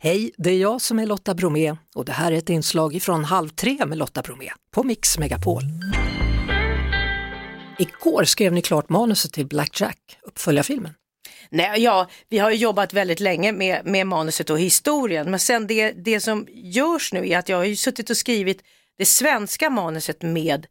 Hej, det är jag som är Lotta Bromé och det här är ett inslag från 2:30 med Lotta Bromé på Mix Megapol. Igår skrev ni klart manuset till Black Jack, uppföljarfilmen. Nej, ja, vi har ju jobbat väldigt länge med manuset och historien, men sen det som görs nu är att jag har ju suttit och skrivit det svenska manuset med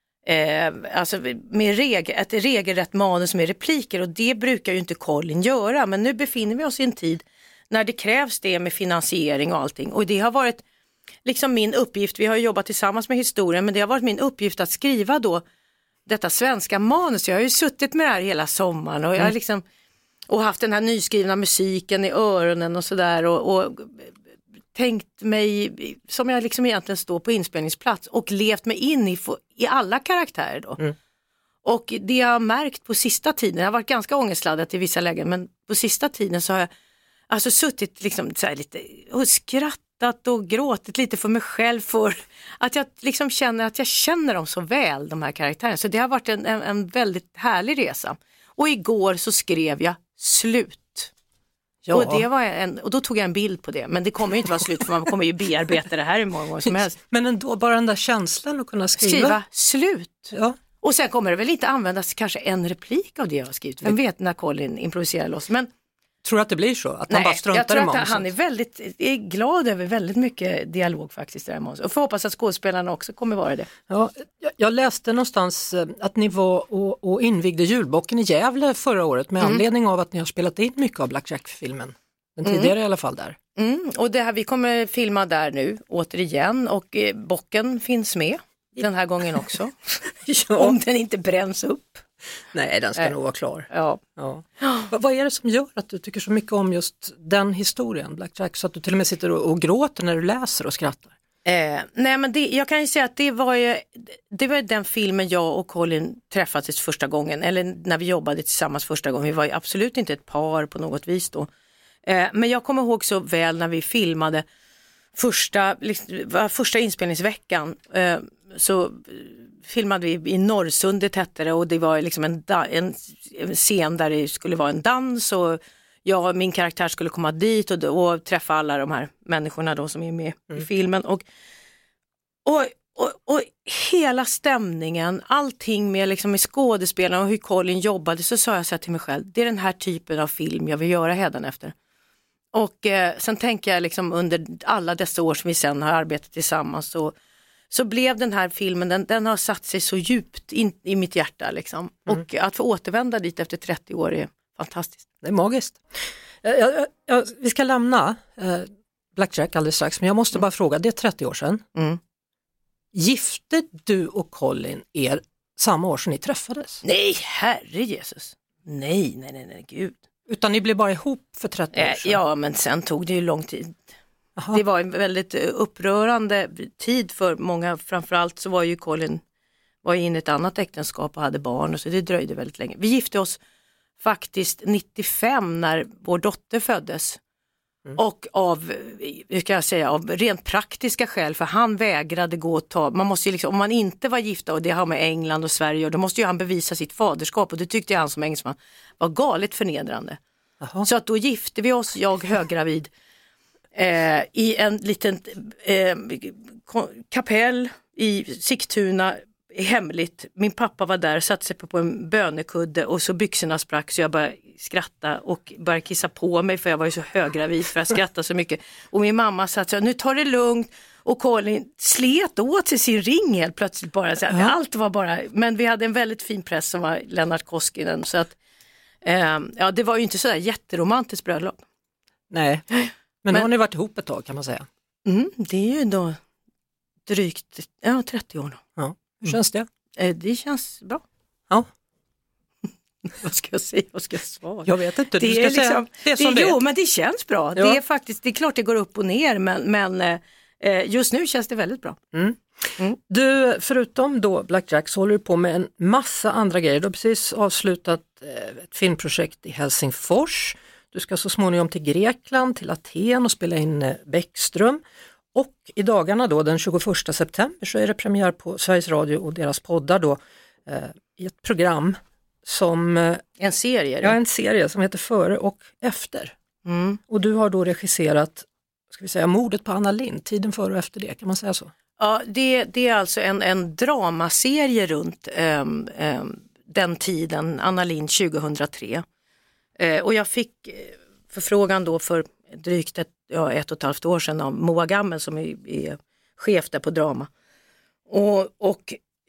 ett regelrätt manus med repliker, och det brukar ju inte Colin göra, men nu befinner vi oss i en tid när det krävs det med finansiering och allting, och det har varit liksom min uppgift. Vi har jobbat tillsammans med historien, men det har varit min uppgift att skriva då detta svenska manus. Jag har ju suttit med det här hela sommaren och jag har liksom och haft den här nyskrivna musiken i öronen och sådär och tänkt mig som jag liksom egentligen står på inspelningsplats och levt mig in i alla karaktärer då. Och det jag har märkt på sista tiden, jag har varit ganska ångestladdad i vissa lägen, men på sista tiden så har jag alltså suttit liksom så här lite och skrattat och gråtit lite för mig själv, för att jag liksom känner att jag känner dem så väl, de här karaktärerna. Så det har varit en väldigt härlig resa. Och igår så skrev jag slut. Ja. Och, det var och då tog jag en bild på det. Men det kommer ju inte vara slut, för man kommer ju bearbeta det här i många år som helst. Men ändå bara den där känslan att kunna skriva slut. Ja. Och sen kommer det väl inte användas kanske en replik av det jag har skrivit. Vem vet när Colin improviserar loss. Men tror du att det blir så? Att man bara struntar jag tror i att han är glad över väldigt mycket dialog faktiskt. Där, och får hoppas att skådespelarna också kommer vara det. Ja, jag läste någonstans att ni var och invigde julbocken i Gävle förra året med anledning av att ni har spelat in mycket av Black Jack-filmen. Den tidigare i alla fall där. Och det här, vi kommer filma där nu återigen, och bocken finns med den här gången också. Ja. Om den inte bränns upp. Nej, den ska nog vara klar. Ja. Vad är det som gör att du tycker så mycket om just den historien, Black Jack, så att du till och med sitter och gråter när du läser och skrattar? Nej, men jag kan ju säga att det var den filmen jag och Colin träffades första gången, eller när vi jobbade tillsammans första gången. Vi var ju absolut inte ett par på något vis då. Men jag kommer ihåg så väl när vi filmade första inspelningsveckan, så filmade vi i Norrsundet hette det, och det var liksom en scen där det skulle vara en dans, och min karaktär skulle komma dit och träffa alla de här människorna då som är med i filmen, och hela stämningen, allting med skådespelarna och hur Colin jobbade, så sa jag så här till mig själv, det är den här typen av film jag vill göra hädanefter. Och sen tänker jag liksom under alla dessa år som vi sen har arbetat tillsammans, så blev den här filmen, den har satt sig så djupt in i mitt hjärta liksom. Och att få återvända dit efter 30 år är fantastiskt. Det är magiskt. Vi ska lämna Black Jack alldeles strax, men jag måste bara fråga, det är 30 år sedan. Gifte du och Colin er samma år som ni träffades? Nej, herre Jesus. Nej, gud. Utan ni blev bara ihop för 30 år sedan? Ja, men sen tog det ju lång tid. Aha. Det var en väldigt upprörande tid för många. Framförallt så var ju Colin inne i ett annat äktenskap och hade barn, och så det dröjde väldigt länge. Vi gifte oss faktiskt 95 när vår dotter föddes. Och av rent praktiska skäl, för han vägrade gå och ta, man måste ju om man inte var gifta, och det har med England och Sverige, och då måste ju han bevisa sitt faderskap, och det tyckte han som engelsman var galet förnedrande. Aha. Så att då gifte vi oss, jag höggravid, i en liten kapell i Sigtuna, hemligt. Min pappa var där, satte sig på en bönekudde, och så byxorna sprack, så jag började skratta och började kissa på mig, för jag var ju så höggravid för att skratta så mycket. Och min mamma sa så, nu tar det lugnt, och Colin slet åt sig sin ring helt plötsligt bara. Så allt var bara, men vi hade en väldigt fin präst som var Lennart Koskinen, så att det var ju inte så där jätteromantiskt bröllop. Nej, men har ni varit ihop ett tag kan man säga? Det är ju då drygt 30 år då. Ja. Hur känns det? Det känns bra. Ja. Vad ska jag säga? Vad ska jag svara? Jag vet inte. Du ska säga det som det är. Jo, men det känns bra. Ja. Det är klart det går upp och ner, men just nu känns det väldigt bra. Du, förutom då Black Jack, så håller du på med en massa andra grejer. Du har precis avslutat ett filmprojekt i Helsingfors. Du ska så småningom till Grekland, till Aten och spela in Bäckström. Och i dagarna då, den 21 september, så är det premiär på Sveriges Radio och deras poddar då i ett program som... En serie? Ja, en serie som heter Före och efter. Och du har då regisserat, ska vi säga, mordet på Anna Lindh, tiden före och efter det, kan man säga så? Ja, det är alltså en dramaserie runt den tiden, Anna Lindh 2003. Och jag fick förfrågan då för drygt 1,5 år sedan av Moa Gammel som är chef där på drama. Och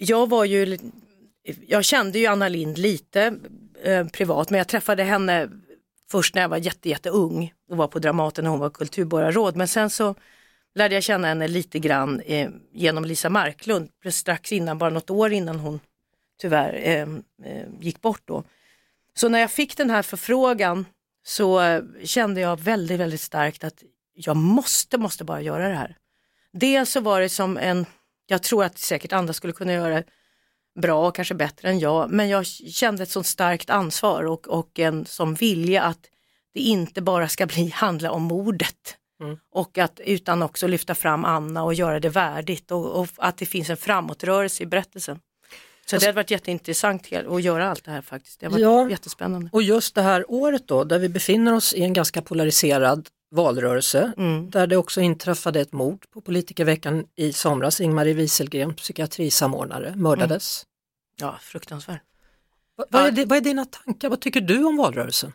jag kände ju Anna Lindh lite privat, men jag träffade henne först när jag var jätteung och var på Dramaten när hon var kulturborgarråd. Men sen så lärde jag känna henne lite grann genom Lisa Marklund strax innan, bara något år innan hon tyvärr gick bort då. Så när jag fick den här förfrågan så kände jag väldigt, väldigt starkt att jag måste bara göra det här. Dels så var det som jag tror att säkert andra skulle kunna göra det bra, kanske bättre än jag, men jag kände ett sånt starkt ansvar och en som vilja att det inte bara ska handla om mordet och utan också lyfta fram Anna och göra det värdigt och att det finns en framåtrörelse i berättelsen. Så det har varit jätteintressant att göra allt det här faktiskt. Det har varit jättespännande. Och just det här året då, där vi befinner oss i en ganska polariserad valrörelse, där det också inträffade ett mord på politikerveckan i somras. Ingmarie Wieselgren, psykiatrisamordnare, mördades. Ja, fruktansvärt. Vad är dina tankar? Vad tycker du om valrörelsen?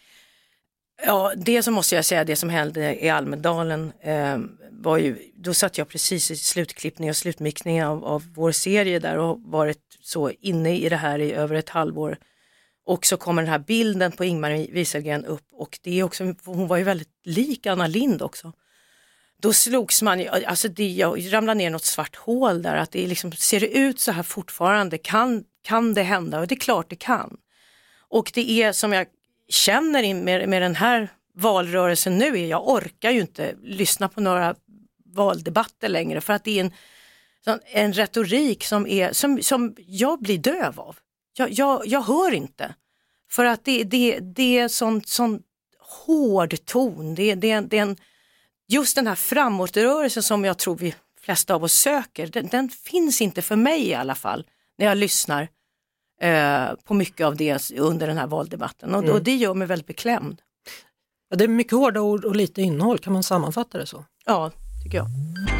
Ja, det som måste jag säga, det som hände i Almedalen var ju, då satt jag precis i slutklippning och slutmixning av vår serie där och varit så inne i det här i över ett halvår. Och så kommer den här bilden på Ingmarie Wieselgren upp och det är också, hon var ju väldigt lik Anna Lindh också. Då slogs man, alltså jag ramlade ner något svart hål där, att det liksom, ser det ut så här fortfarande, kan det hända? Och det är klart det kan. Och det är som jag känner med den här valrörelsen nu, jag orkar ju inte lyssna på några valdebatter längre för att det är en retorik som jag blir döv av. Jag hör inte. För att det är sån hård ton. Det är just den här framåtrörelsen som jag tror vi flesta av oss söker. Den finns inte för mig i alla fall när jag lyssnar på mycket av det under den här valdebatten. Och det gör mig väldigt beklämd. Ja, det är mycket hårda ord och lite innehåll, kan man sammanfatta det så? Ja, tycker jag.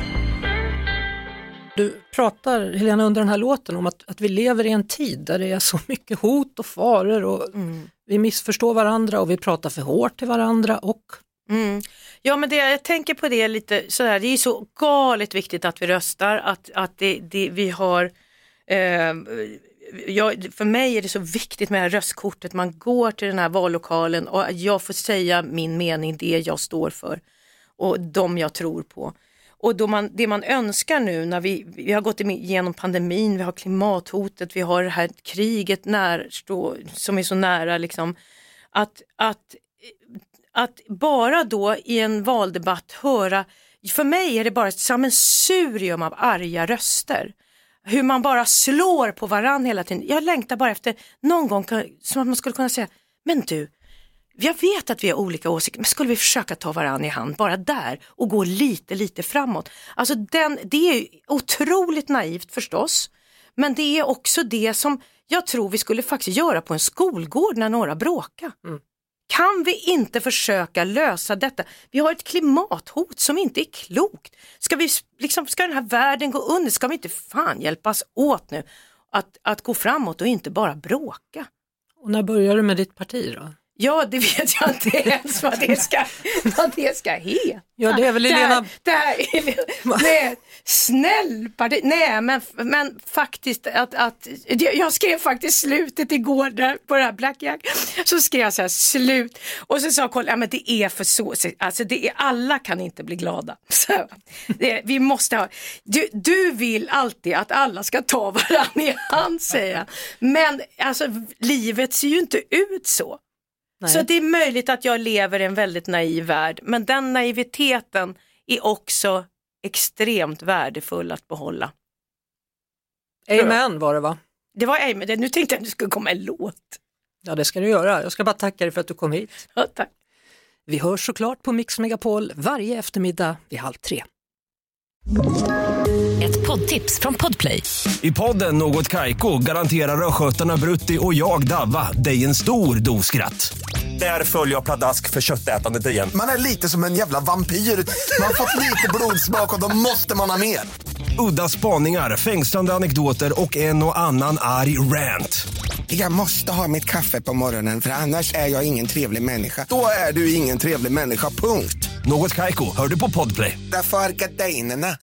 Du pratar, Helena, under den här låten om att vi lever i en tid där det är så mycket hot och faror och vi missförstår varandra och vi pratar för hårt till varandra och... Ja, men jag tänker på det lite sådär, det är så galet viktigt att vi röstar, att vi har... för mig är det så viktigt med det här röstkortet, man går till den här vallokalen och jag får säga min mening, det jag står för och de jag tror på. Och det man önskar nu när vi har gått igenom pandemin, vi har klimathotet, vi har det här kriget som är så nära liksom, att bara då i en valdebatt höra, för mig är det bara ett sammelsurium av arga röster. Hur man bara slår på varann hela tiden. Jag längtar bara efter någon gång som att man skulle kunna säga, men du, jag vet att vi har olika åsikter, men skulle vi försöka ta varann i hand bara där och gå lite framåt. Alltså det är otroligt naivt förstås, men det är också det som jag tror vi skulle faktiskt göra på en skolgård när några bråkar. Kan vi inte försöka lösa detta? Vi har ett klimathot som inte är klokt. Ska den här världen gå under? Ska vi inte fan hjälpas åt nu att gå framåt och inte bara bråka? Och när börjar du med ditt parti då? Ja, det vet jag inte ens vad det ska heta. Ja, det är väl Helena... Nej, snäll parti. Nej, men faktiskt att jag skrev faktiskt slutet igår där på det här Black Jack. Så skrev jag så här, slut. Och så sa Carl, ja men det är för så. Alltså alla kan inte bli glada. Så, vi måste ha... Du vill alltid att alla ska ta varandra i hand, säger jag. Men alltså, livet ser ju inte ut så. Nej. Så det är möjligt att jag lever i en väldigt naiv värld, men den naiviteten är också extremt värdefull att behålla. Amen var det, va? Det var amen. Nu tänkte jag att det skulle komma en låt. Ja, det ska du göra. Jag ska bara tacka dig för att du kom hit. Ja, tack. Vi hörs såklart på Mix Megapol varje eftermiddag vid 14:30. Ett Ett poddtips från Podplay. I podden Något Kaiko garanterar röskötarna Brutti och jag Davva dig en stor doskratt. Där följer jag pladask för köttätandet igen. Man är lite som en jävla vampyr. Man har fått lite blodsmak och då måste man ha mer. Udda spaningar, fängslande anekdoter och en och annan arg rant. Jag måste ha mitt kaffe på morgonen för annars är jag ingen trevlig människa. Då är du ingen trevlig människa, punkt. Något Kaiko, hör du på Podplay. Därför är gardinerna.